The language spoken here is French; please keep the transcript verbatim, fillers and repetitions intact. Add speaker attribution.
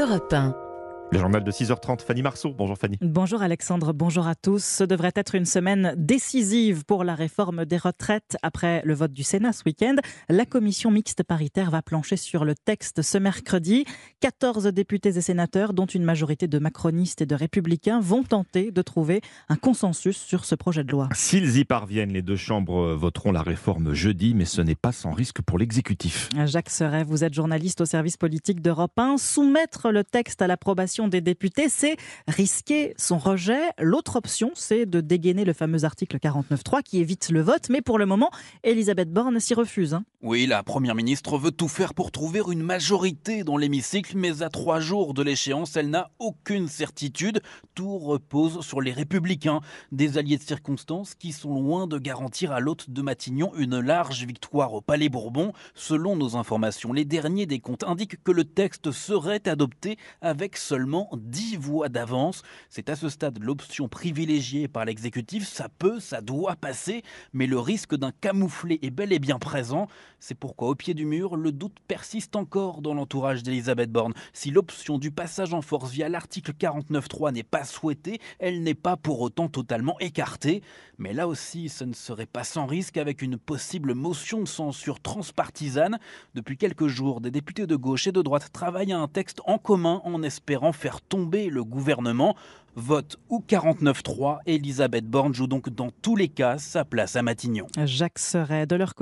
Speaker 1: Europe un.
Speaker 2: Le journal de six heures trente, Fanny Marceau. Bonjour Fanny.
Speaker 3: Bonjour Alexandre, bonjour à tous. Ce devrait être une semaine décisive pour la réforme des retraites. Après le vote du Sénat ce week-end, la commission mixte paritaire va plancher sur le texte ce mercredi. quatorze députés et sénateurs, dont une majorité de macronistes et de républicains, vont tenter de trouver un consensus sur ce projet de loi.
Speaker 2: S'ils y parviennent, les deux chambres voteront la réforme jeudi, mais ce n'est pas sans risque pour l'exécutif.
Speaker 3: Jacques Serret, vous êtes journaliste au service politique d'Europe un. Soumettre le texte à l'approbation des députés, c'est risquer son rejet. L'autre option, c'est de dégainer le fameux article quarante-neuf trois qui évite le vote. Mais pour le moment, Elisabeth Borne s'y refuse. Hein.
Speaker 4: Oui, la première ministre veut tout faire pour trouver une majorité dans l'hémicycle, mais à trois jours de l'échéance, elle n'a aucune certitude. Tout repose sur les Républicains, des alliés de circonstance qui sont loin de garantir à l'hôte de Matignon une large victoire au Palais Bourbon. Selon nos informations, les derniers décomptes indiquent que le texte serait adopté avec seulement dix voix d'avance. C'est à ce stade l'option privilégiée par l'exécutif. Ça peut, ça doit passer, mais le risque d'un camouflet est bel et bien présent. C'est pourquoi, au pied du mur, le doute persiste encore dans l'entourage d'Elisabeth Borne. Si l'option du passage en force via l'article quarante-neuf trois n'est pas souhaitée, elle n'est pas pour autant totalement écartée. Mais là aussi, ce ne serait pas sans risque avec une possible motion de censure transpartisane. Depuis quelques jours, des députés de gauche et de droite travaillent à un texte en commun en espérant faire tomber le gouvernement. Vote ou quarante-neuf trois, Elisabeth Borne joue donc dans tous les cas sa place à Matignon.
Speaker 3: Jacques Serret, de leur côté.